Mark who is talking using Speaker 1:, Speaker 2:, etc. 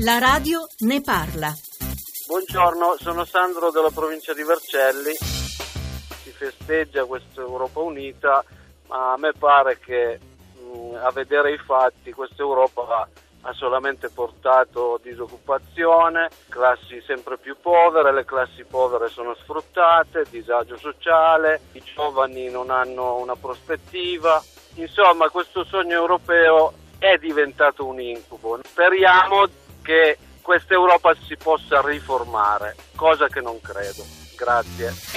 Speaker 1: La radio ne parla.
Speaker 2: Buongiorno, sono Sandro della provincia di Vercelli. Si festeggia questa Europa Unita, ma a me pare che a vedere i fatti questa Europa ha solamente portato disoccupazione, classi sempre più povere, le classi povere sono sfruttate, disagio sociale, i giovani non hanno una prospettiva. Insomma, questo sogno europeo è diventato un incubo. Speriamo che questa Europa si possa riformare, cosa che non credo. Grazie.